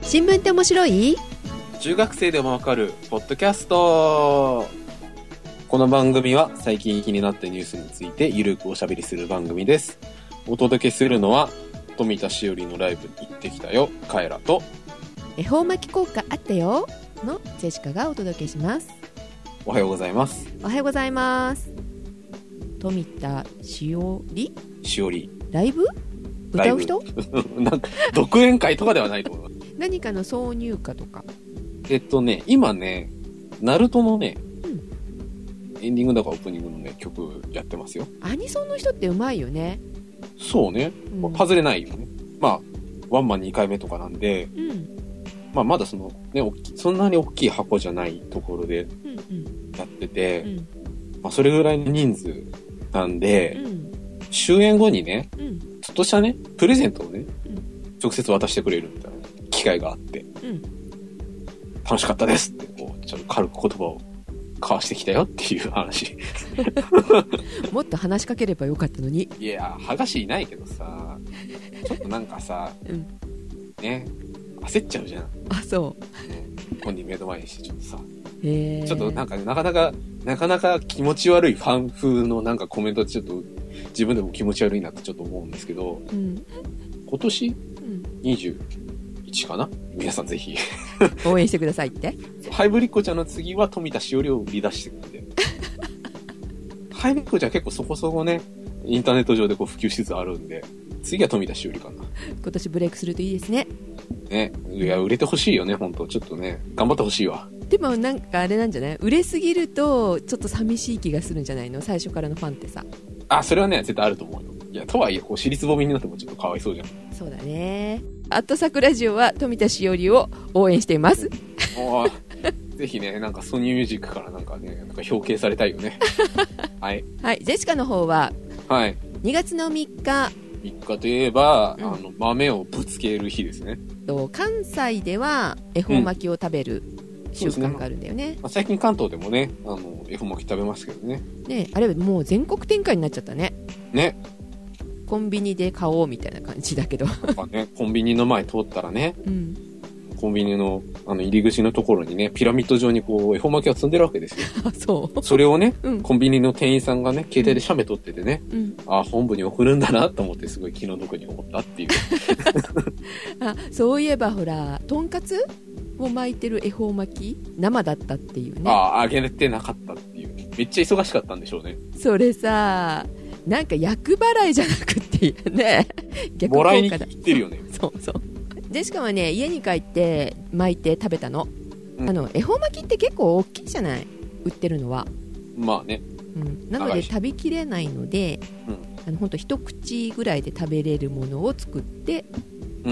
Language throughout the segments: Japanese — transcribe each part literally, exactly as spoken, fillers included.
新聞って面白い？ 中学生でもわかるポッドキャスト。この番組は最近気になったニュースについてゆるくおしゃべりする番組です。お届けするのは富田しおりのライブに行ってきたよカエラと、 恵方巻き効果あったよのジェシカがお届けします。 おはようございます。 おはようございます。富田しおりしおりライブ歌う人なんか独演会とかではないと思う何かの挿入歌とか。 えっとね今ねナルトのね、 うん、 エンディングだかオープニングのね曲やってますよ。 アニソンの人ってうまいよね。 そうね、うん、外れないよね。まあワンマンにかいめとかなんで、うん、まあまだそのねそんなに大きい箱じゃないところでやってて、うんうん、まあそれぐらいの人数なんで、うん、終演後にね、うん、ちょっとしたねプレゼントをね、うん、直接渡してくれるみたいな機会があって、うん、楽しかったですってこうちょっと軽く言葉を交わしてきたよっていう話もっと話しかければよかったのに。 いや剥がしいないけどさちょっとなんかさ、うん、ね焦っちゃうじゃん。 あそう、 ね、本人目の前にしてちょっとさへちょっとなんかなかなかなかなか気持ち悪いファン風のなんかコメントちょっと自分でも気持ち悪いなってちょっと思うんですけど、うん、今年、うん、にじゅういちかな、皆さんぜひ応援してくださいってハイブリッコちゃんの次は富田しおりを売り出してくれてハイブリッコちゃん結構そこそこねインターネット上でこう普及しつつあるんで、次は富田しおりかな。 今年ブレイクするといいですね。 ね、いや売れてほしいよね本当。ちょっとね頑張ってほしいわ。 でもなんかあれなんじゃない、売れすぎるとちょっと寂しい気がするんじゃないの、最初からのファンってさ。 あ、それはね絶対あると思うよ。いやとはいえこう尻つぼみになってもちょっとかわいそうじゃん。 そうだね。アットサクラジオは富田しおりを応援していますおぜひねなんかソニーミュージックからなんかねなんか表敬されたいよねはい、 はい、ジェシカの方は、はい、にがつのみっかみっかといえば、うん、あの豆をぶつける日ですね。 と関西では恵方巻きを食べる、うん、習慣があるんだよね。 まあ、最近関東でもねあの恵方巻き食べますけどね。 ねあれもう全国展開になっちゃったね。 ねコンビニで買おうみたいな感じだけどやっぱねコンビニの前通ったらね、うん、コンビニのあの入り口のところにねピラミッド状にこう恵方巻きを積んでるわけですよあそうそれをね、うん、コンビニの店員さんがね携帯で写メ撮っててね、うん、あ本部に送るんだなと思ってすごい気の毒に思ったっていうあそういえばほらとんかつを巻いてる恵方巻き生だったっていうね。 あ揚げてなかったっていう、ね、めっちゃ忙しかったんでしょうね。 それさなんか厄払いじゃなくてね逆効果だ。もらいに行ってるよね。 そうそう。でしかもね家に帰って巻いて食べたの、うん、あの恵方巻きって結構大きいじゃない、売ってるのは。 まあね、 うん、なので食べきれないので、うん、あのほんと一口ぐらいで食べれるものを作って、うん、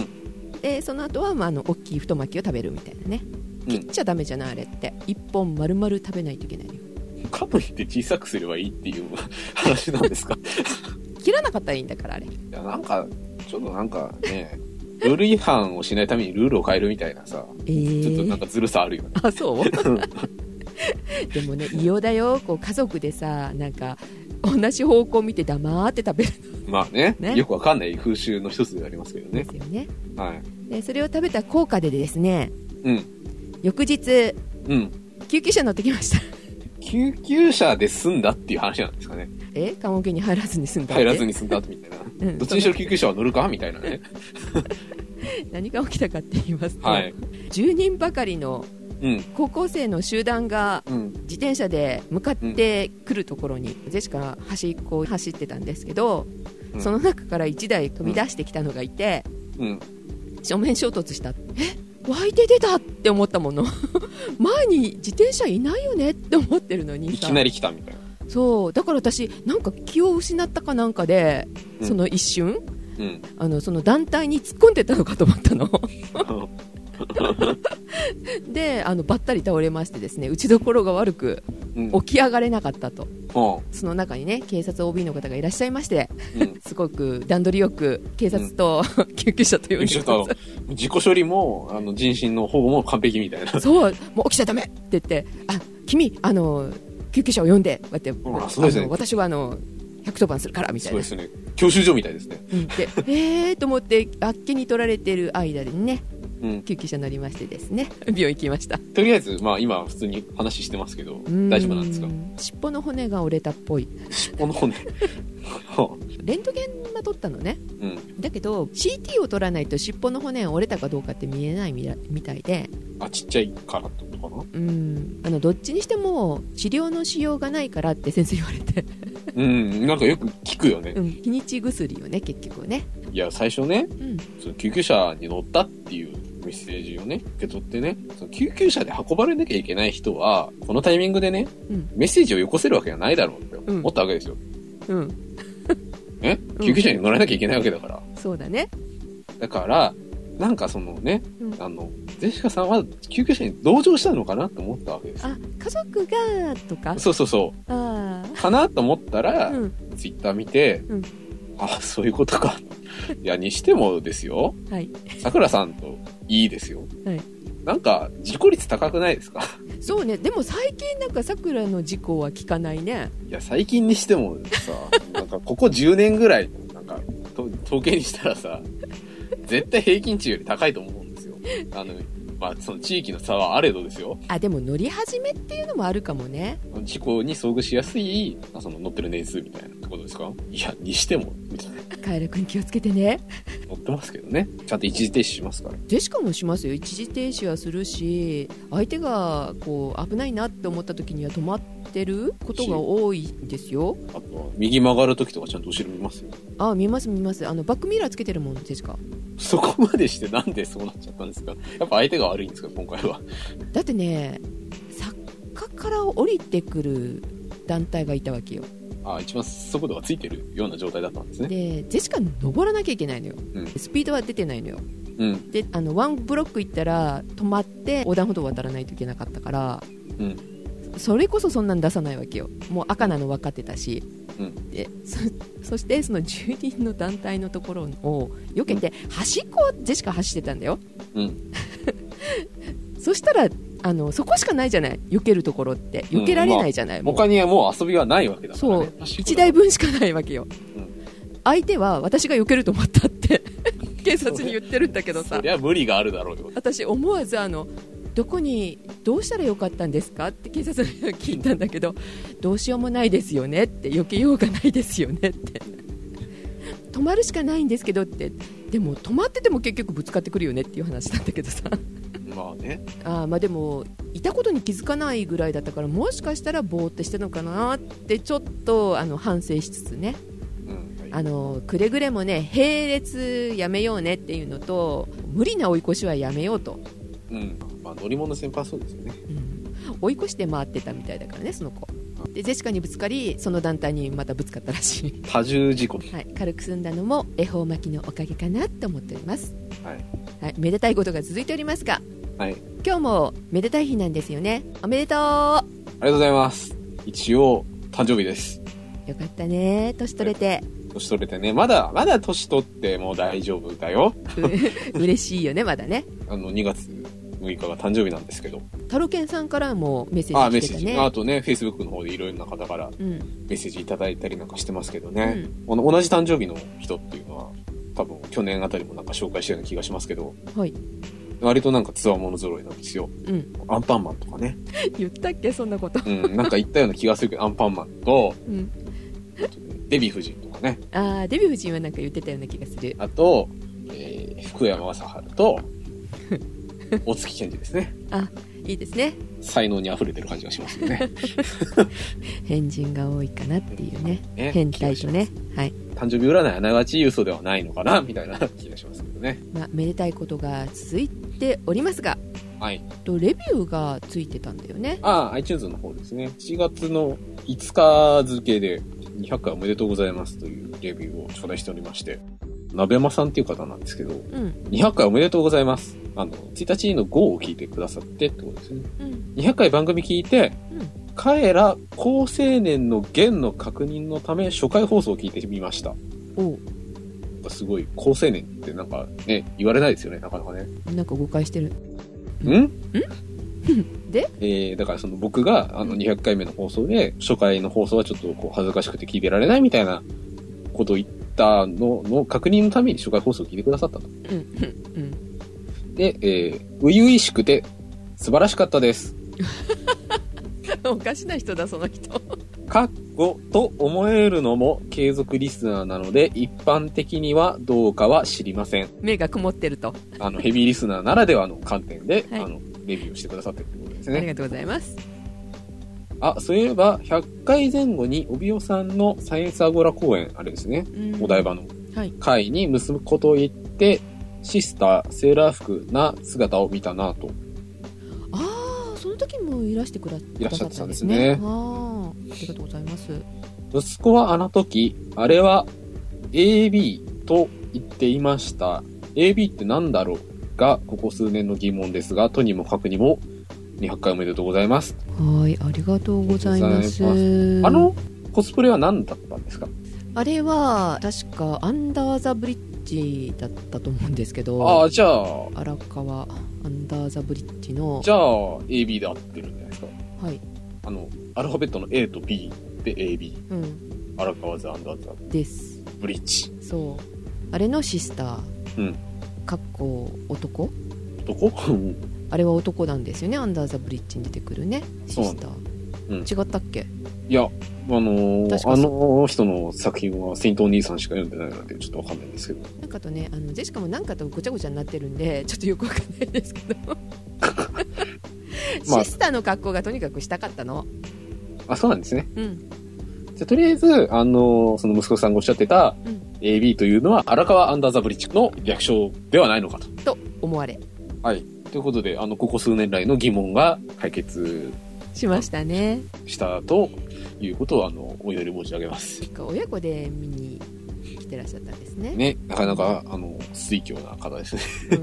でその後はまああの大きい太巻きを食べるみたいなね。切っちゃダメじゃないあれって一本丸々食べないといけないよ。 かといって小さくすればいいっていう話なんですか切らなかったらいいんだからあれ。いやなんかちょっとなんかねルール違反をしないためにルールを変えるみたいなさ、えー、ちょっとなんかずるさあるよね。 あそうでもね異様だよこう家族でさなんか同じ方向見て黙って食べるまあ ね, ねよくわかんない風習の一つではありますけどね。 ですよね、 はい、 でそれを食べた効果でですね、 うん、 翌日、うん、救急車乗ってきました。 救急車で済んだっていう話なんですかね。 え棺桶に入らずに済んだって入らずに済んだみたいな、うん、どっちにしろ救急車は乗るかみたいなね何が起きたかって言いますと、 はい、 じゅうにんばかりの高校生の集団が自転車で向かってくるところに、うん、ジェシカ端っこを走ってたんですけど、うん、その中からいちだい飛び出してきたのがいて、うん、正面衝突した。え湧いて出たって思ったもの前に自転車いないよねって思ってるのにさいきなり来たみたいな。 そうだから私なんか気を失ったかなんかで、うん、その一瞬、うん、あのその団体に突っ込んでたのかと思ったのであのばったり倒れましてですね打ちどころが悪く、うん、起き上がれなかったと、うん、その中にね警察 オービー の方がいらっしゃいまして、うん、すごく段取りよく警察と、うん、救急車という自己処理もあの人身の保護も完璧みたいな。 そうもう起きちゃダメって言ってあ君あの救急車を呼んでこうやって、うん、そうですね、私はあのひゃくとばんするからみたいな。 そうですね教習所みたいですね、 うん、でえーと思ってあっけに取られてる間でね、 救急車乗りましてですね、病院行きました。 とりあえず、まあ今普通に話してますけど、大丈夫なんですか？ 尻尾の骨が折れたっぽい。 尻尾の骨レントゲンは取ったのね、 うん、 だけど シーティー を取らないと尻尾の骨が折れたかどうかって見えないみたいで、 あ、ちっちゃいからってことかな。 うん、あのどっちにしても治療のしようがないからって先生言われてうん、なんかよく聞くよね、 うん、日にち薬よね結局ね。 いや最初ね、 うん、 その救急車に乗ったっていうメッセージをね受け取ってね、その救急車で運ばれなきゃいけない人はこのタイミングでね、うん、メッセージをよこせるわけがないだろうって思ったわけですよ。うん、え救急車に乗らなきゃいけないわけだから、 うん、そうだね。 だからなんかそのね、うん、あのジェシカさんは救急車に同乗したのかなと思ったわけです。 あ、家族がとか、 そうそうそう、あかなと思ったら、うん、ツイッター見て、うん、あ、そういうことかいやにしてもですよ、はい、さくらさんといいですよ、はい、なんか事故率高くないですか？ そうね。でも最近なんかさくらの事故は聞かないね。 いや最近にしてもさなんかここじゅうねんぐらいなんか統計にしたらさ絶対平均値より高いと思うんですよ。あのまあその地域の差はあれどですよ。 あ、でも乗り始めっていうのもあるかもね。 事故に遭遇しやすいその乗ってる年数みたいなってことですか？いやにしてもみたいな。 カエル君気をつけてね。 乗ってますけどね。ちゃんと一時停止しますから。 ジェシカもしますよ。一時停止はするし、相手がこう危ないなって思った時には止まってることが多いんですよ。 あと右曲がる時とかちゃんと後ろ見ますよ。 あ、見ます見ます。あのバックミラーつけてるもん、ジェシカ。 そこまでしてなんでそうなっちゃったんですか？やっぱ相手が悪いんですか今回は。 だってね、坂から降りてくる団体がいたわけよ。 あ、一番速度がついてるような状態だったんですね。 でジェシカ登らなきゃいけないのよ、うん、スピードは出てないのよ、うん、であのワンブロック行ったら止まって横断歩道を渡らないといけなかったから、うん、それこそそんなん出さないわけよ。もう赤なの分かってたし、うん、で そ, そしてそのじゅうにんの団体のところを避けて、うん、端っこをジェシカ走ってたんだよ、うん、そしたらあのそこしかないじゃない、避けるところって避けられないじゃない、 うんまあ、他にはもう遊びはないわけだからね。 そういちだいぶんしかないわけよ、うん、相手は私が避けると思ったって警察に言ってるんだけどさ、 そりゃ無理があるだろうよ。 私思わずあのどこにどうしたらよかったんですかって警察に聞いたんだけど、どうしようもないですよねって、避けようがないですよねって止まるしかないんですけどって、でも止まってても結局ぶつかってくるよねっていう話なんだけどさまあね、 あまあでもいたことに気づかないぐらいだったから、もしかしたらぼーってしてたのかなってちょっとあの反省しつつね、うんはい、あのくれぐれもね並列やめようねっていうのと、無理な追い越しはやめようと、 うんまあ、乗り物先輩はそうですよね、 うん、追い越して回ってたみたいだからねその子で、ジェシカにぶつかりその団体にまたぶつかったらしい。 多重事故、 はい、軽く済んだのも恵方巻きのおかげかなと思っております、はいはい、めでたいことが続いておりますが、はい、今日もめでたい日なんですよね。おめでとう。ありがとうございます。一応誕生日です。 よかったね、年取れて。 年取れてね、まだまだ年取っても大丈夫だよ。 嬉しいよね、まだね。 あのにがつむいかが誕生日なんですけど、 タロケンさんからもメッセージ来てたね。あ、メッセージ、 あとね Facebook の方でいろいろな方からメッセージいただいたりなんかしてますけどね、うん、同じ誕生日の人っていうのは多分去年あたりもなんか紹介したような気がしますけど、はい、割となんかつわもの揃いなんですよ、うん、アンパンマンとかね言ったっけそんなこと、 うん、なんか言ったような気がするけどアンパンマンと、うん、あとね、デヴィ夫人とかね。 ああ、デヴィ夫人はなんか言ってたような気がする。 あと、えー、福山雅治と大月健二ですね。 あ、いいですね。 才能にあふれてる感じがしますよね。 変人が多いかなっていうね。ね、変態とね。はい。 誕生日占いあながち嘘ではないのかなみたいな気がしますけどね。 まあ、めでたいことが続いておりますが、はい。とレビューがついてたんだよね。 ああ、iTunes の方ですね。しちがつのいつか付でにひゃっかいおめでとうございますというレビューを頂戴しておりまして、鍋間さんっていう方なんですけど、うん、にひゃっかいおめでとうございます。あの、ついたちのごを聞いてくださってってことですね。うん、にひゃっかい番組聞いて、うん、彼ら高青年の弦の確認のため初回放送を聞いてみました。おすごい、高青年ってなんかね、言われないですよね、なかなかね。 なんか誤解してる。 んんで、 えー、だからその僕があのにひゃっかいめの放送で、初回の放送はちょっとこう恥ずかしくて聞いてられないみたいなことを言ったのの確認のために初回放送を聞いてくださったと。うんうん、 で、えー、初々しくて素晴らしかったです。 おかしな人だ、その人。 かっこと思えるのも継続リスナーなので、一般的にはどうかは知りません。 目が曇ってると。 あの、ヘビーリスナーならではの観点で、はい、あの、レビューをしてくださってるということですね。 ありがとうございます。 あ、そういえば、ひゃっかいぜん後に、帯尾さんのサイエンスアゴラ公演、あれですね、お台場の会に結ぶことを言って、シスター、セーラー服な姿を見たなと。 ああ、その時もいらしてくださったんですね。 いらっしゃってたんですね。 ああ、ありがとうございます。 息子はあの時、あれは エービー と言っていました。エービー って何だろうが、ここ数年の疑問ですが、とにもかくにも、にひゃっかいおめでとうございます。 はい、ありがとうございます。 あのコスプレは何だったんですか？ あれは確かアンダーザブリッジだったと思うんですけど。 ああ、じゃあ荒川アンダーザブリッジの。 じゃあ エービー で合ってるんじゃないですか？ はい。 あのアルファベットの A と B で エービー。うん。荒川ザアンダーザですブリッジ。 そう。あれのシスター。うん。かっこ男？ 男？ あれは男なんですよね。アンダーザブリッジに出てくるねシスター、うん、違ったっけ？ いや、あのー、あの人の作品はセイントお兄さんしか読んでないのでちょっとわかんないんですけど、 なんかとね、あのジェシカもなんかとごちゃごちゃになってるんでちょっとよくわかんないですけどまあ、シスターの格好がとにかくしたかったの。 あ、そうなんですね。うん。じゃあとりあえず、あのー、その息子さんがおっしゃってた、うん、エービー というのは荒川アンダーザブリッジの略称ではないのかと。 と思われ。 はい。ということで、あの、ここ数年来の疑問が解決しましたね。 したということを、あの、お祈り申し上げます。 親子で見に来てらっしゃったんですね。 ね、なかなか、あの、水教な方ですね。うん、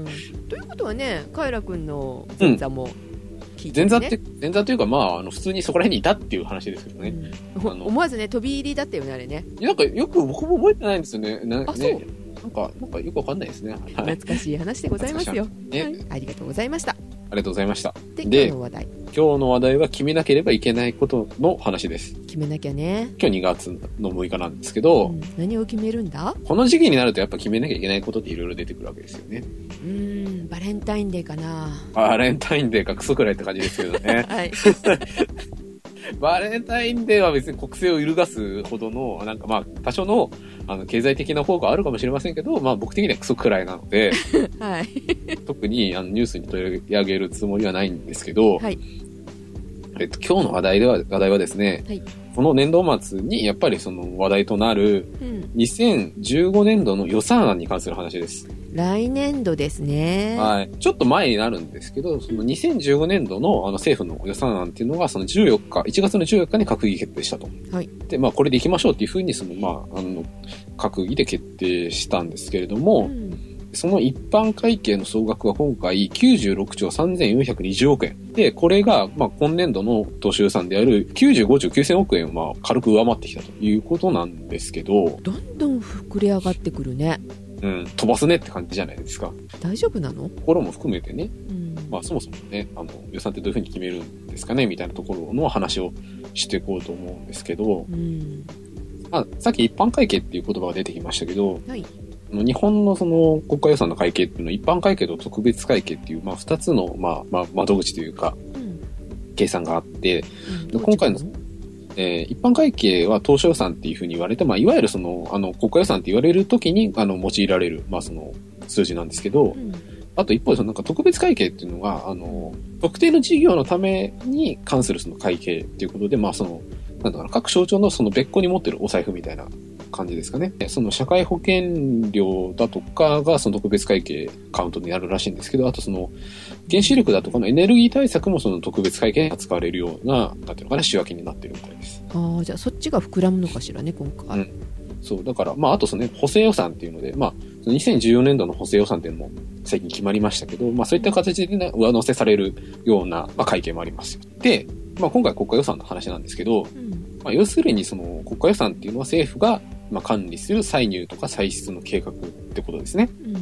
ということはね、カイラ君の前座も聞いて、ね、 前座って、前座というか、まあ、あの、普通にそこら辺にいたっていう話ですけどね。 うん、あの思わずね、飛び入りだったよね、あれね。 なんか、よく僕も覚えてないんですよね。なあ、そう。 ね、なんか、なんかよくわかんないですね。 懐かしい話でございますよ。ね、はい、ありがとうございました。 ありがとうございました。 で、今日の話題。 今日の話題は決めなければいけないことの話です。 決めなきゃね。 今日にがつのむいかなんですけど、うん、 何を決めるんだ？ この時期になるとやっぱ決めなきゃいけないことっていろいろ出てくるわけですよね。 うーん、バレンタインデーかな。 バレンタインデーかクソくらいって感じですけどね。はい。バレンタインデーは別に国政を揺るがすほどの、なんかまあ、多少の、あの、経済的な効果はあるかもしれませんけど、まあ僕的にはクソくらいなので、はい。特に、あの、ニュースに取り上げるつもりはないんですけど、はい。えっと、今日の話題では、話題はですね、はい。この年度末にやっぱりその話題となる、にせんじゅうごねんどの予算案に関する話です。 来年度ですね。 はい。ちょっと前になるんですけど、そのにせんじゅうごねんどのあの政府の予算案っていうのが、そのじゅうよっか、いちがつのじゅうよっかに閣議決定したと。はい。で、まあこれで行きましょうっていうふうに、その、まあ、あの、閣議で決定したんですけれども、うん、その一般会計の総額は今回きゅうじゅうろくちょうさんぜんよんひゃくにじゅうおくえん。で、これが、まあ今年度の当初予算であるきゅうじゅうごちょうきゅうせんおくえんをまあ軽く上回ってきたということなんですけど、 どんどん膨れ上がってくるね。 うん、飛ばすねって感じじゃないですか。 大丈夫なの？ 心も含めてね、うん、まあそもそもね、あの予算ってどういうふうに決めるんですかねみたいなところの話をしていこうと思うんですけど、うん、まあ、さっき一般会計っていう言葉が出てきましたけど、はい、日本のその国家予算の会計っていうのは一般会計と特別会計っていう、まあ二つの、まあ、まあ窓口というか、うん、計算があって、うん、今回のえー、一般会計は当初予算っていうふうに言われて、まあ、いわゆるその、あの、国家予算って言われるときに、あの、用いられる、まあ、その、数字なんですけど、うん、あと一方で、その、なんか特別会計っていうのが、あの、特定の事業のために関するその会計っていうことで、まあ、その、なんだかな、各省庁のその別個に持ってるお財布みたいな感じですかね。その社会保険料だとかがその特別会計カウントになるらしいんですけど、あとその原子力だとかのエネルギー対策もその特別会計に扱われるような、なんていうのかな、仕分けになってるみたいです。 ああ、じゃあそっちが膨らむのかしらね、今回。うん。 そう、だから、まあ、あとそのね、補正予算っていうので、まあ、にせんじゅうよねんどの補正予算っていうのも最近決まりましたけど、まあ、そういった形で、ね、上乗せされるような、まあ、会計もありますよ。で、まあ、今回国家予算の話なんですけど、うん、まあ、要するにその国家予算っていうのは政府がまあ管理する歳入とか歳出の計画ってことですね。うんうん、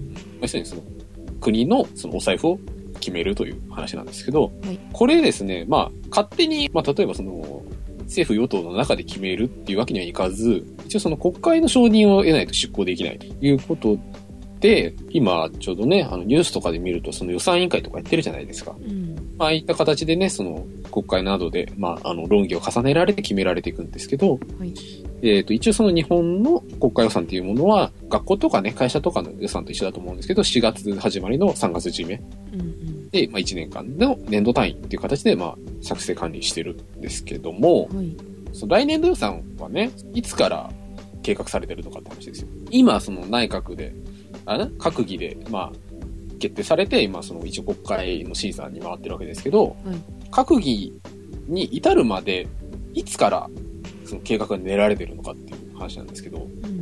要するにその国のそのお財布を決めるという話なんですけど、はい、これですね、まあ勝手に、まあ例えばその政府与党の中で決めるっていうわけにはいかず、一応その国会の承認を得ないと執行できないということで、今ちょうどね、あのニュースとかで見るとその予算委員会とかやってるじゃないですか。うん、まあ、ああいった形でね、その国会などで、まあ、あの論議を重ねられて決められていくんですけど、はい、えっと、一応その日本の国家予算っていうものは、学校とかね、会社とかの予算と一緒だと思うんですけど、しがつ始まりのさんがつ締め。うんうん、で、まあ、いちねんかんの年度単位っていう形で、まあ、作成管理してるんですけども、はい、その来年度予算はね、いつから計画されてるのかって話ですよ。今、その内閣で、あの閣議で、まあ、決定されて、今、その一応国会の審査に回ってるわけですけど、はい、閣議に至るまで、いつからその計画が練られてるのかっていう話なんですけど、うん、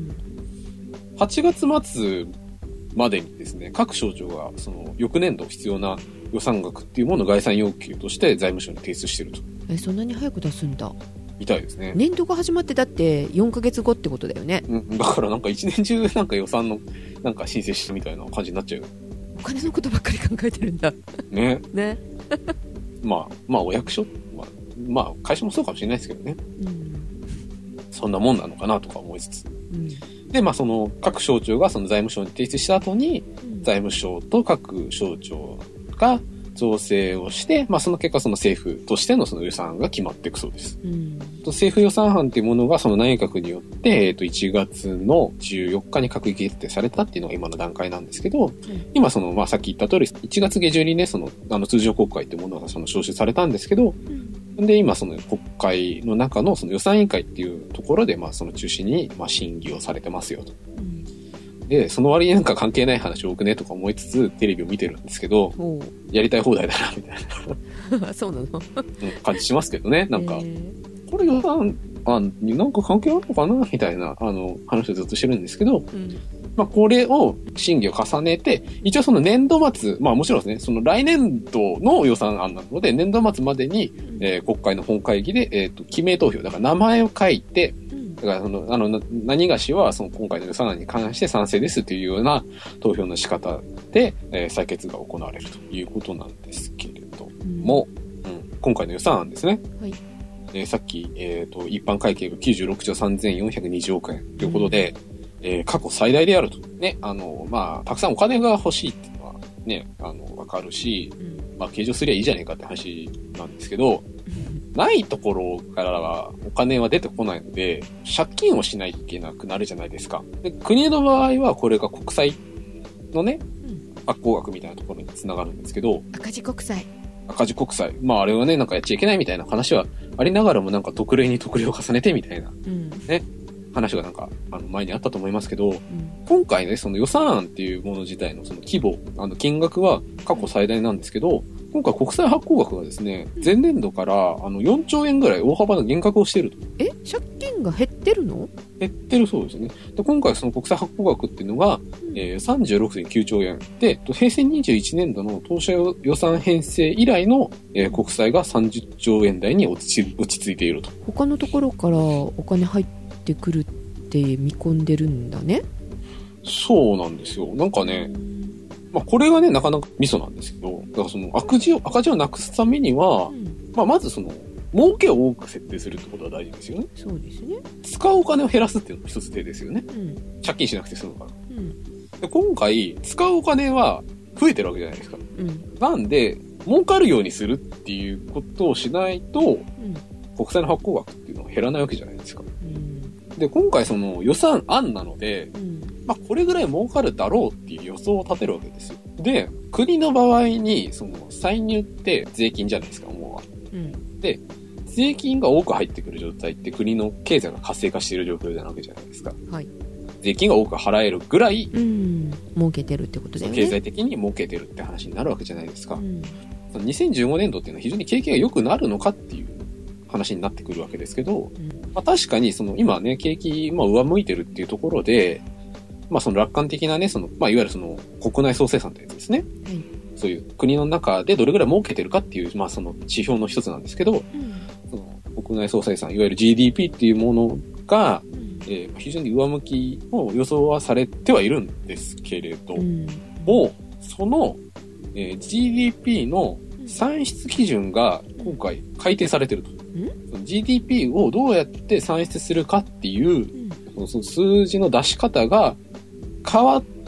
はちがつ末までにですね、各省庁がその翌年度必要な予算額っていうものを概算要求として財務省に提出してると。 え、そんなに早く出すんだ。 みたいですね。 年度が始まってだってよんかげつごってことだよね。 うん、だからなんか一年中なんか予算のなんか申請してみたいな感じになっちゃう。 お金のことばっかり考えてるんだ。 ね。 ね。 まあ、まあお役所、まあ、まあ会社もそうかもしれないですけどね。うん、そんなもんなのかなとか思いつつ。うん、で、まあその各省庁がその財務省に提出した後に、うん、財務省と各省庁が造成をして、まあその結果その政府としてのその予算案が決まっていくそうです。うん、政府予算案っていうものがその内閣によって、えっといちがつのじゅうよっかに閣議決定されたっていうのが今の段階なんですけど、うん、今そのまあさっき言った通りいちがつ下旬にね、そのあの通常国会っていうものがその召集されたんですけど、うん、で今その国会の中のその予算委員会っていうところでまあその中心にまあ審議をされてますよと。うん、で、その割になんか関係ない話多くねとか思いつつテレビを見てるんですけど、やりたい放題だなみたいなそうなの感じしますけどね。なんか、これ予算案になんか関係あるのかなみたいなあの話をずっとしてるんですけど、うん、まあこれを審議を重ねて、一応その年度末、まあもちろんですね、その来年度の予算案なので、年度末までに、うん、えー、国会の本会議で、えっと、記名投票、だから名前を書いて、だからその、あの、何がしは、その今回の予算案に関して賛成ですというような投票の仕方で、えー、採決が行われるということなんですけれども、うんうん、今回の予算案ですね。はい。えー、さっき、えっと、一般会計がきゅうじゅうろくちょうさんぜんよんひゃくにじゅうおくえんということで、うん、えー、過去最大であると。ね、あの、まあ、たくさんお金が欲しいっていうのはね、あの、わかるし、うん、まあ、計上すりゃいいじゃねえかって話なんですけど、ないところからはお金は出てこないので、借金をしないといけなくなるじゃないですか。で、国の場合はこれが国債のね、うん、発行額みたいなところにつながるんですけど、 赤字国債。 赤字国債。まああれはね、なんかやっちゃいけないみたいな話はありながらもなんか特例に特例を重ねてみたいな、うん、ね、話がなんかあの前にあったと思いますけど、うん、今回ね、その予算案っていうもの自体のその規模、あの金額は過去最大なんですけど、今回国債発行額がですね、前年度からあのよんちょうえんぐらい大幅な減額をしていると。 え、借金が減ってるの？ 減ってるそうですね。で、今回その国債発行額っていうのが、うん、えー、さんじゅうろくてんきゅうちょうえんで、平成にじゅういちねんどの当初予算編成以来の、えー、国債がさんじゅっちょうえん台に落ち落ち着いていると。 他のところからお金入ってくるって見込んでるんだね。 そうなんですよ。なんかね、まあ、これがね、なかなかミソなんですけど、だからその赤字を、赤字をなくすためには、うん、まあ、まずその、儲けを多く設定するってことは大事ですよね。 そうですね。 使うお金を減らすっていうのも一つ手ですよね。うん、借金しなくて済むから。うん、で今回、使うお金は増えてるわけじゃないですか。うん、なんで、儲かるようにするっていうことをしないと、うん、国債の発行額っていうのは減らないわけじゃないですか。うん、で、今回その予算案なので、うんまあ、これぐらい儲かるだろうっていう予想を立てるわけですよ。で、国の場合に、その、歳入って税金じゃないですか、思うわ。うん。で、税金が多く入ってくる状態って国の経済が活性化している状況なわけじゃないですか。はい。税金が多く払えるぐらい、うん、 儲けてるってことだよね。 経済的に儲けてるって話になるわけじゃないですか。うん。そのにせんじゅうごねんどっていうのは非常に景気が良くなるのかっていう話になってくるわけですけど、うん、まあ確かにその今ね、景気、まあ上向いてるっていうところで、まあその楽観的なね、その、まあいわゆるその国内総生産ってやつですね。はい。そういう国の中でどれぐらい儲けてるかっていう、まあその指標の一つなんですけど、うん、その国内総生産、いわゆる ジーディーピー っていうものが、うん、えー、非常に上向きを予想はされてはいるんですけれども、うん、その、えー、ジーディーピー の算出基準が今回改定されてると。うん、ジーディーピー をどうやって算出するかっていう、うん、その数字の出し方が変わっ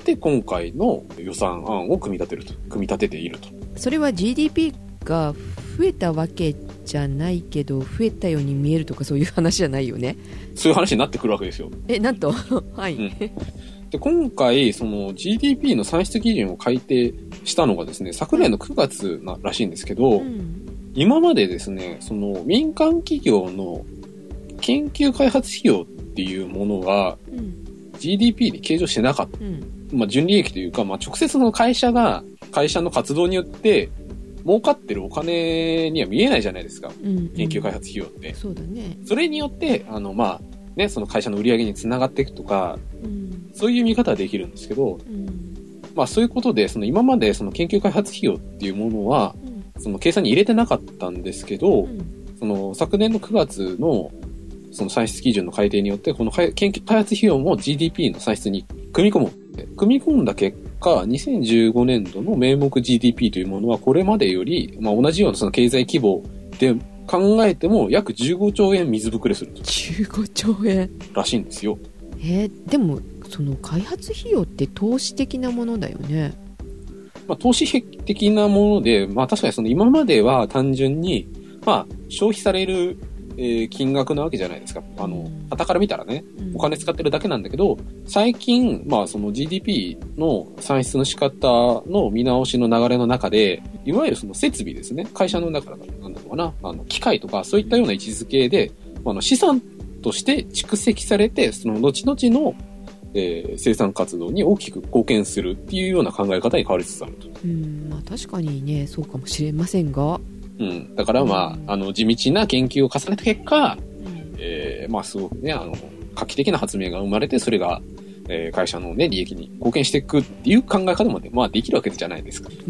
て今回の予算案を組み立てると、組み立てていると。 それは ジーディーピー が増えたわけじゃないけど、増えたように見えるとかそういう話じゃないよね。 そういう話になってくるわけですよ。 え、なんとはい、うん、 で今回その ジーディーピー の算出基準を改定したのがですね、昨年のくがつならしいんですけど、うん、今までですね、その民間企業の研究開発費用っていうものが ジーディーピー に計上してなかった。うん、まあ純利益というか、まあ直接の会社が会社の活動によって儲かってるお金には見えないじゃないですか。うんうん、研究開発費用って。 そうだね。 それによって、あの、まあ、ね、その会社の売り上げにつながっていくとか、うん、そういう見方はできるんですけど、うん、まあそういうことで、その今までその研究開発費用っていうものは、うん、その計算に入れてなかったんですけど、うん、その昨年のくがつのその算出基準の改定によって、この研究開発費用も ジーディーピー の算出に組み込む。組み込んだ結果、にせんじゅうごねんどの名目 ジーディーピー というものはこれまでより、まあ同じようなその経済規模で考えても約じゅうごちょうえん水ぶくれすると。 じゅうごちょうえんらしいんですよ。 えー、でもその開発費用って投資的なものだよね。 まあ投資的なもので、まあ確かにその今までは単純に、まあ消費されるえー、金額なわけじゃないですか。あの、傍から見たらね、お金使ってるだけなんだけど、最近、まあその ジーディーピー の算出の仕方の見直しの流れの中で、いわゆるその設備ですね。会社の中からなんだろうな、あの、機械とかそういったような位置づけで、あの、資産として蓄積されて、その後々の、えー、生産活動に大きく貢献するっていうような考え方に変わりつつあると。 うん、まあ確かにね、そうかもしれませんが、 うん。だからまあ、うん、あの、地道な研究を重ねた結果、うん、えー、まあすごくね、あの、画期的な発明が生まれて、それが、えー、会社のね、利益に貢献していくっていう考え方も、ね、まあできるわけじゃないですか。うん。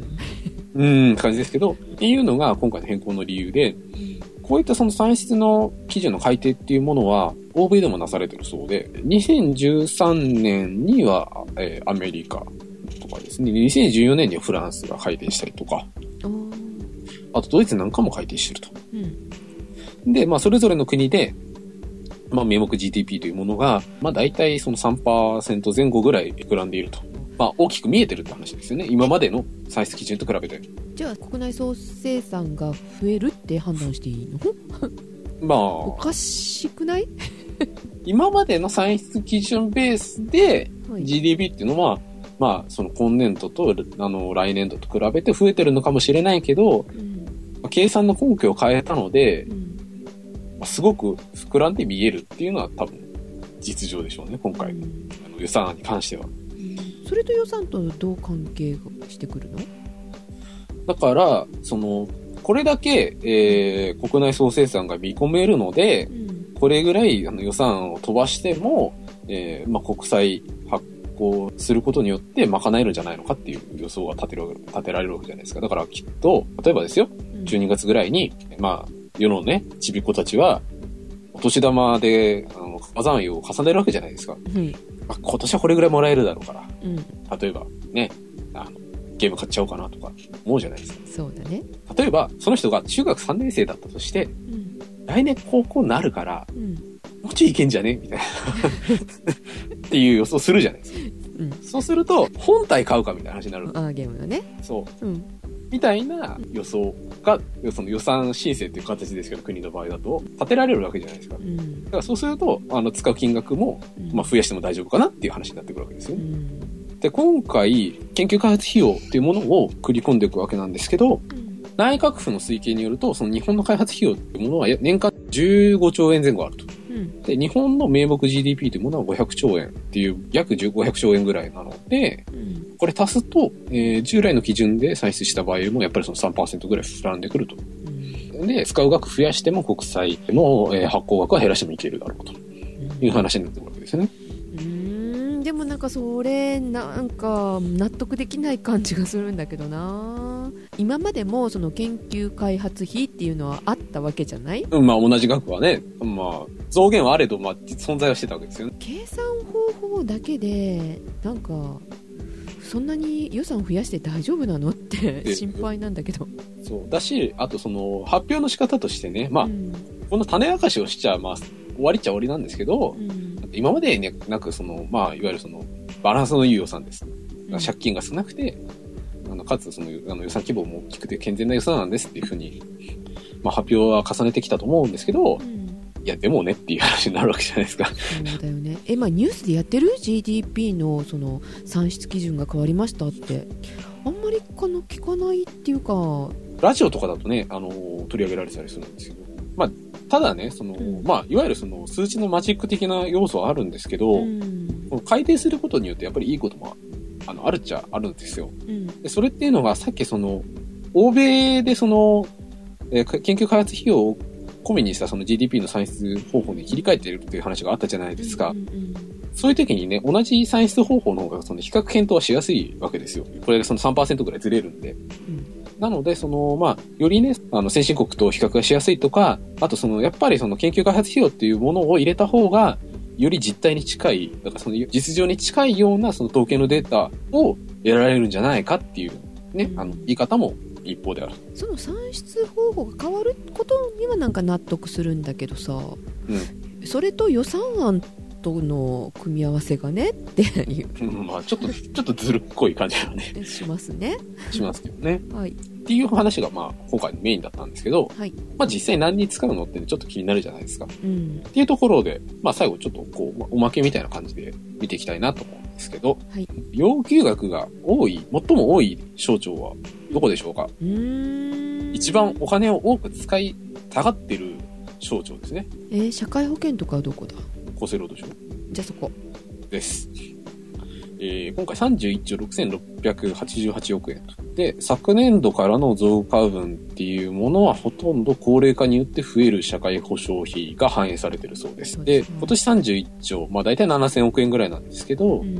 うーん、って感じですけど、っていうのが今回の変更の理由で、こういったその算出の基準の改定っていうものは、欧米でもなされてるそうで、にせんじゅうさんねんには、えー、アメリカとかですね、にせんじゅうよねんにはフランスが改定したりとか、あとドイツなんかも改定してると。うん、で、まあそれぞれの国で、まあ名目 ジーディーピー というものが、まあ大体その さんパーセント 前後ぐらい膨らんでいると。まあ大きく見えてるって話ですよね。今までの算出基準と比べて。 じゃあ国内総生産が増えるって判断していいの？まあ。おかしくない？ 今までの算出基準ベースで ジーディーピー っていうのは、まあその今年度とあの来年度と比べて増えてるのかもしれないけど、うんまあ、計算の根拠を変えたので、うんまあ、すごく膨らんで見えるっていうのは多分実情でしょうね、今回、うん、あの予算案に関しては、うん。 それと予算とどう関係してくるの？ だからそのこれだけ、えー、国内総生産が見込めるので、うん、これぐらいあの予算を飛ばしても、えーまあ、国債発行することによって賄えるんじゃないのかっていう予想が立てる、立てられるわけじゃないですか。だからきっと例えばですよ、じゅうにがつぐらいに、うん、まあ世のねちびっ子たちはお年玉であの火山油を重ねるわけじゃないですか、うんまあ、今年はこれぐらいもらえるだろうから、うん、例えばねあのゲーム買っちゃおうかなとか思うじゃないですか。 そうだね。 例えばその人が中学さんねん生だったとして、うん、来年高校になるから、うん、もうちょいいけんじゃねみたいなっていう予想するじゃないですか、うん、そうすると本体買うかみたいな話になる。 あゲームがね。 そう、うん、みたいな予想がその予算申請っていう形ですけど国の場合だと立てられるわけじゃないですか、うん、だからそうするとあの使う金額も、まあ、増やしても大丈夫かなっていう話になってくるわけですよね、うんで、今回、研究開発費用っていうものを繰り込んでいくわけなんですけど、うん、内閣府の推計によると、その日本の開発費用っていうものは年間じゅうごちょうえん前後あると。うん、で、日本の名目 ジーディーピー というものはごひゃくちょうえんっていう約ごひゃくちょうえんぐらいなので、うん、これ足すと、えー、従来の基準で算出した場合よりもやっぱりその さんパーセント ぐらい膨らんでくると。うん、で、使う額増やしても国債の、えー、発行額は減らしてもいけるだろうという話になってくるわけですよね。 でもなんかそれなんか納得できない感じがするんだけどな。今までもその研究開発費っていうのはあったわけじゃない？ うん、まあ同じ額はね、まあ増減はあれど、まあ存在はしてたわけですよね。 計算方法だけでなんかそんなに予算を増やして大丈夫なのって心配なんだけど。 そうだし、あとその発表の仕方としてね、まあ、うん、この種明かしをしちゃまあ終わりっちゃ終わりなんですけど、うん、今までね、なくそのまあいわゆるそのバランスのいい予算です。借金が少なくて、あのかつそのあの予算規模も大きくて健全な予算なんですっていうふうに、まあ、発表は重ねてきたと思うんですけど、うん、いやでもねっていう話になるわけじゃないですか。 そうだよね。え、まあ、ニュースでやってる ジーディーピー のその算出基準が変わりましたってあんまりかな聞かないっていうか、 ラジオとかだとね、あの取り上げられたりするんですけど、まあただね、その、うん、まあいわゆるその数値のマジック的な要素はあるんですけど、うん、改定することによってやっぱりいいこともあのあるっちゃあるんですよ、うん、でそれっていうのがさっきその欧米でその、えー、研究開発費用を込みにしたその ジーディーピー の算出方法に切り替えているっていう話があったじゃないですか、うんうんうん、そういう時にね、同じ算出方法の方がその比較検討はしやすいわけですよ。これでその さんパーセント ぐらいずれるんで、うん、なのでそのまあよりね、あの先進国と比較がしやすいとか、あとそのやっぱりその研究開発費用っていうものを入れた方がより実態に近い、だからその実情に近いようなその統計のデータを得られるんじゃないかっていうね、うん、あの言い方も一方である。 その算出方法が変わることにはなんか納得するんだけどさ、うん、それと予算案との組み合わせがねっていう、 うん、まあちょっとちょっとずるっこい感じがねしますねしますけどね、 はい、 っていう話がまあ今回のメインだったんですけど、はい、まあ実際何に使うのってちょっと気になるじゃないですか、うん、っていうところでまあ最後ちょっとこうおまけみたいな感じで見ていきたいなと思うんですけど、はい、要求額が多い最も多い省庁はどこでしょうか。うーん、一番お金を多く使いたがってる省庁ですね。 えー、社会保険とかはどこだ。 厚生労働省。 じゃあそこです。えー、今回さんじゅういっちょうろくせんろっぴゃくはちじゅうはちおくえんで、昨年度からの増加分っていうものはほとんど高齢化によって増える社会保障費が反映されているそうです。そうですね。で、今年さんじゅういっちょう、まあ大体ななせんおくえんぐらいなんですけど、うん、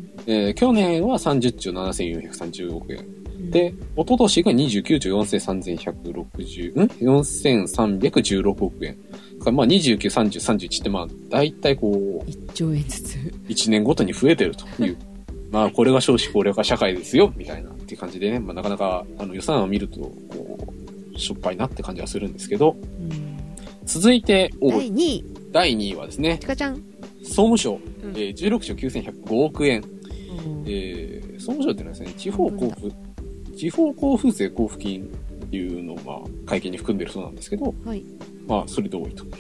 えー、去年はさんじゅっちょうななせんよんひゃくさんじゅうおくえん。で、一昨年がにじゅうきゅうちょうよんせんさんぜんひゃくろくじゅう、ん ?よんせんさんびゃくじゅうろくおくえん。まあにじゅうきゅう、さんじゅう、さんじゅういちってまあ大体こう。 いっちょうえんずつ。 いちねんごとに増えてるという。まあこれが少子高齢化社会ですよ、みたいなっていう感じでね。まあなかなかあの予算を見ると、こう、しょっぱいなって感じはするんですけど。うん、続いて、 だいにい。 だいにいはですね。 ちかちゃん。 総務省。うん、えー、じゅうろくちょうきゅうせんひゃくごおくえん。うん、えー、総務省っていうのはですね、地方交付。地方交付税交付金っていうのをまあ会計に含んでるそうなんですけど、はい、まあそれで多いと、うん、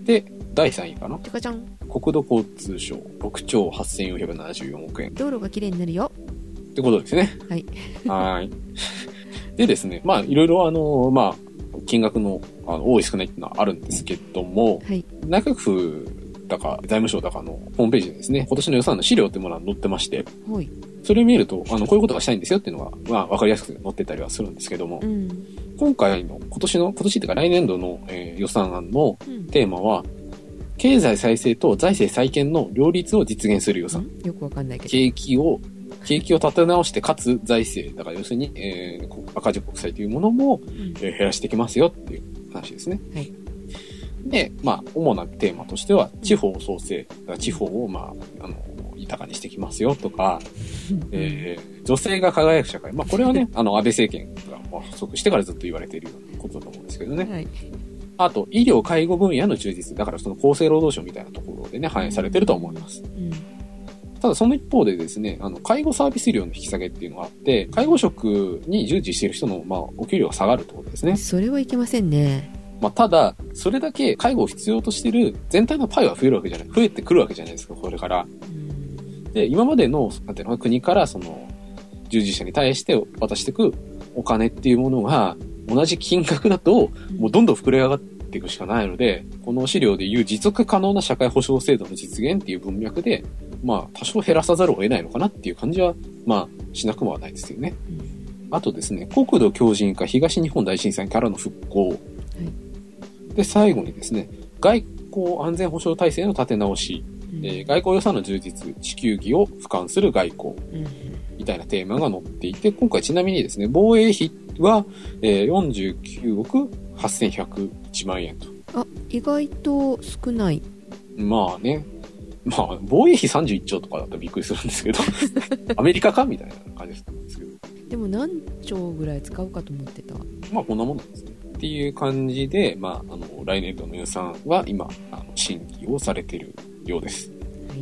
でだいさんいかな、 てかちゃん、 国土交通省ろくちょうはっせんよんひゃくななじゅうよんおくえん。 道路がきれいになるよってことですね。 はいはいでですね、まあいろいろあのまあ金額のあの多い少ないっていうのはあるんですけども、はい、内閣府だか財務省だかのホームページでですね、今年の予算の資料っていうものが載ってまして、はい、それを見るとあのこういうことがしたいんですよっていうのがまあ分かりやすく載ってたりはするんですけども、うん、今回の今年の今年っていうか来年度の、えー、予算案のテーマは、うん、経済再生と財政再建の両立を実現する予算。 よくわかんないけど。 景気を景気を立て直してかつ財政だから要するに、えー、赤字国債というものも、うん、えー、減らしていきますよっていう話ですね。はい。で、まあ、主なテーマとしては、地方創生。地方を、まあ、あの、豊かにしてきますよとか、えー、女性が輝く社会。まあ、これはね、あの、安倍政権が発足してからずっと言われているようなことだと思うんですけどね。はい。あと、医療介護分野の充実。だからその厚生労働省みたいなところでね、反映されてると思います。うん、ただ、その一方でですね、あの、介護サービス料の引き下げっていうのがあって、介護職に従事している人の、まあ、お給料が下がるってことですね。 それはいけませんね。 まあ、ただ、それだけ介護を必要としている全体のパイは増えるわけじゃない、増えてくるわけじゃないですか、これから。で、今までの、なんていうの、国からその、従事者に対して渡していくお金っていうものが、同じ金額だと、もうどんどん膨れ上がっていくしかないので、この資料でいう持続可能な社会保障制度の実現っていう文脈で、まあ、多少減らさざるを得ないのかなっていう感じは、まあ、しなくもはないですよね。あとですね、国土強靭化東日本大震災からの復興。はい、で、最後にですね、外交安全保障体制の立て直し、うん、えー、外交予算の充実、地球儀を俯瞰する外交、うん、みたいなテーマが載っていて、今回ちなみにですね、防衛費は、えー、よんじゅうきゅうおくはっせんひゃくいちまんえんと。 あ、意外と少ない。 まあね。まあ、防衛費さんじゅういっちょうとかだったらびっくりするんですけど、アメリカかみたいな感じですけど。 でも何兆ぐらい使うかと思ってた。 まあこんなもんなんですね。っていう感じで、まあ、あの、来年度の予算は今、あの、審議をされているようです。はい。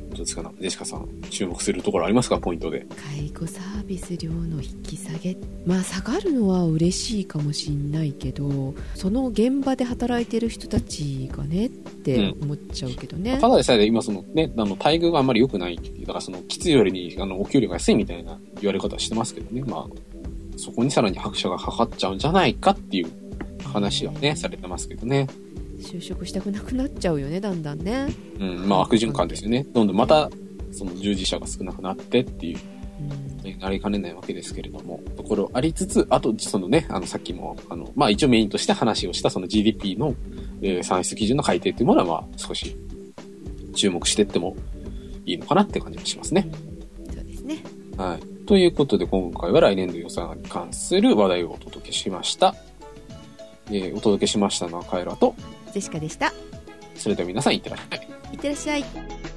どうですかな、ジェシカさん注目するところありますか、ポイントで。 介護サービス料の引き下げ、まあ下がるのは嬉しいかもしれないけど、その現場で働いてる人たちがねって思っちゃうけどね、うん、 ただでさえ今そのね、あの待遇があんまり良くないっていう、だからそのきついよりにあのお給料が安いみたいな言われ方してますけどね、まあそこにさらに拍車がかかっちゃうんじゃないかっていう話はね、されてますけどね。 就職したくなくなっちゃうよね、だんだんね。 うん、まあ悪循環ですよね。どんどんまたその従事者が少なくなってっていう、うん、なりかねないわけですけれども、ところありつつ、あとそのね、あのさっきもあのまあ一応メインとして話をしたその ジーディーピー の、えー、算出基準の改定というものはまあ少し注目していってもいいのかなって感じがしますね。 そうですね。 はい。ということで今回は来年度予算に関する話題をお届けしました。えー、お届けしましたのはカエラとジェシカでした。 それでは皆さんいってらっしゃい。 いってらっしゃい。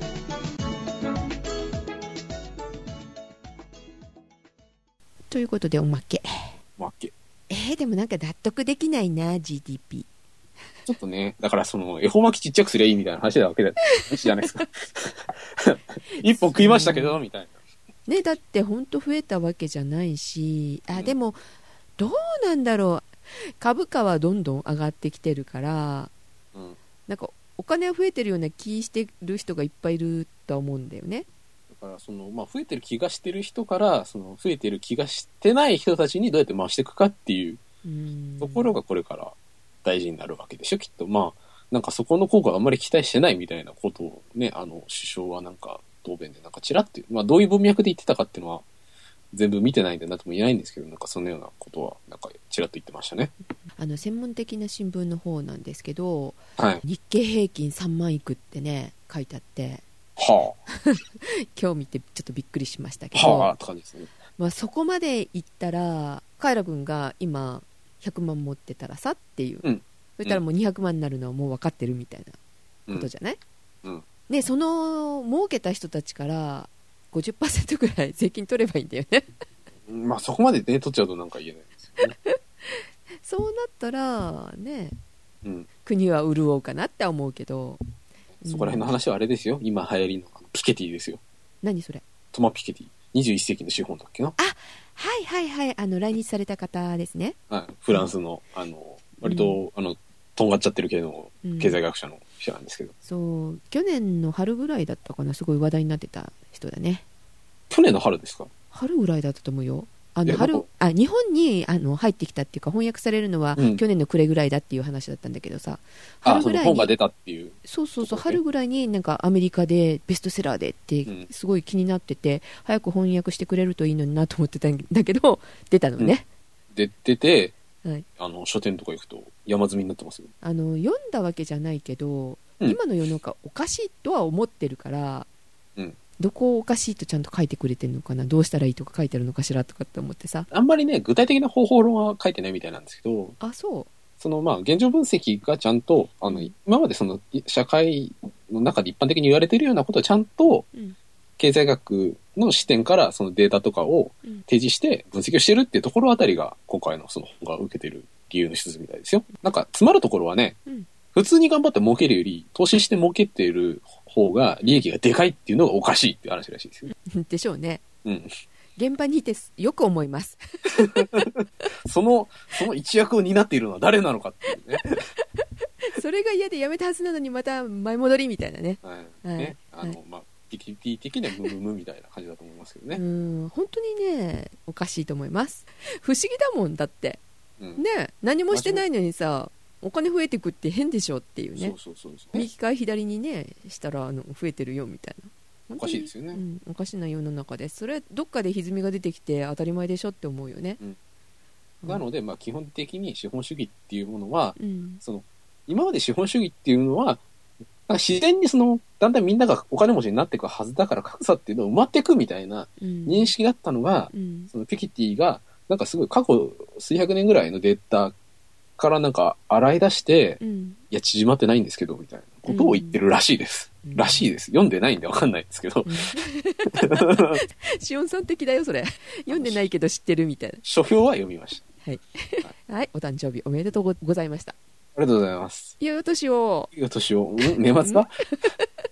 ということでおまけ。 おまけ。 えー、でもなんか納得できないな ジーディーピー。 ちょっとね、だからその恵方巻きちっちゃくすりゃいいみたいな話なわけだじゃないですか。一本食いましたけどみたいな。 ね、だって本当増えたわけじゃないし、あ、うん、でもどうなんだろう。株価はどんどん上がってきてるから。うん、なんかお金は増えてるような気してる人がいっぱいいると思うんだよね。 だからその、まあ、増えてる気がしてる人からその増えてる気がしてない人たちにどうやって回していくかっていうところがこれから大事になるわけでしょ、きっと。まあなんかそこの効果があんまり期待してないみたいなことをね、あの首相はなんか答弁でなんかチラッと、まあどういう文脈で言ってたかっていうのは全部見てないんでなんとも言えないんですけど、なんかそのようなことはなんかちらっと言ってましたね。 あの専門的な新聞の方なんですけど、 はい、 日経平均さんまんいくってね書いてあって、 はあ、 今日見てちょっとびっくりしましたけど、 はあって感じですね。 まあ、そこまでいったらカイラ君が今ひゃくまん持ってたらさっていう、うん、そしたらもうにひゃくまんになるのはもう分かってるみたいなことじゃない、うんうん、でその儲けた人たちからごじゅっパーセント ぐらい税金取ればいいんだよね。 まあそこまでね取っちゃうとなんか言えないですよね。 そうなったらね、うん、国は潤うかなって思うけど、 そこら辺の話はあれですよ、今流行りのピケティですよ。 何それ？ トマ・ピケティ、にじゅういっ世紀の資本だっけな。 あ、はいはいはい、あの来日された方ですね。 はい、フランスの、あの割と、うん、あのとんがっちゃってる系の経済学者の人なんですけど、うん、 そう去年の春ぐらいだったかな、すごい話題になってた人だね。 去年の春ですか？ 春ぐらいだったと思うよ。あの春あ日本にあの入ってきたっていうか翻訳されるのは、うん、去年の暮れぐらいだっていう話だったんだけどさ、 春ぐらいに、あ、その本が出たっていう、 そうそうそう、春ぐらいになんかアメリカでベストセラーでってすごい気になってて、うん、早く翻訳してくれるといいのになと思ってたんだけど出たのね、 うん、で出て、はい、あの書店とか行くと山積みになってますよ。 あの読んだわけじゃないけど、うん、今の世の中おかしいとは思ってるから、うん、どこをおかしいとちゃんと書いてくれてるのかな、どうしたらいいとか書いてるのかしらとかって思ってさ、 あんまりね具体的な方法論は書いてないみたいなんですけど、 あ、そうそのまあ現状分析がちゃんとあの今までその社会の中で一般的に言われているようなことをちゃんと経済学の視点からそのデータとかを提示して分析をしてるっていうところあたりが今回のその本が受けてる理由の一つみたいですよ。なんか詰まるところはね、うん、普通に頑張って儲けるより投資して儲けている方が利益がでかいっていうのがおかしいっていう話らしいですよ。 でしょうね。 うん。 現場にいてよく思います。 そのその一役を担っているのは誰なのかっていうね。 それが嫌でやめたはずなのにまた前戻りみたいなね。 はい。はい、ね、あの、はい、まあピキティ的にはムムムみたいな感じだと思いますけどね。 うん、本当にねおかしいと思います。不思議だもんだって。うん、ね、何もしてないのにさ。お金増えてくって変でしょっていうね。そうそうそうそう、ね、右から左にねしたらあの増えてるよみたいな。 おかしいですよね、 うん、おかしな世の中です。それどっかで歪みが出てきて当たり前でしょって思うよね、うんうん、なので、まあ、基本的に資本主義っていうものは、うん、その今まで資本主義っていうのはなんか自然にそのだんだんみんながお金持ちになっていくはずだから格差っていうのを埋まっていくみたいな認識だったのが、うん、そのピケティがなんかすごい過去数百年ぐらいのデータからなんか洗い出して、うん、いや縮まってないんですけどみたいなことを言ってるらしいです、うん、らしいです。読んでないんでわかんないんですけど、うん、 シオンさん的だよそれ。読んでないけど知ってるみたいな。 書評は読みました。 はい、はいはい、お誕生日おめでとうございました。 ありがとうございます。 いいお年を。 いいお年を。うん、年末か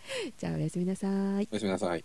じゃあおやすみなさい。 おやすみなさい。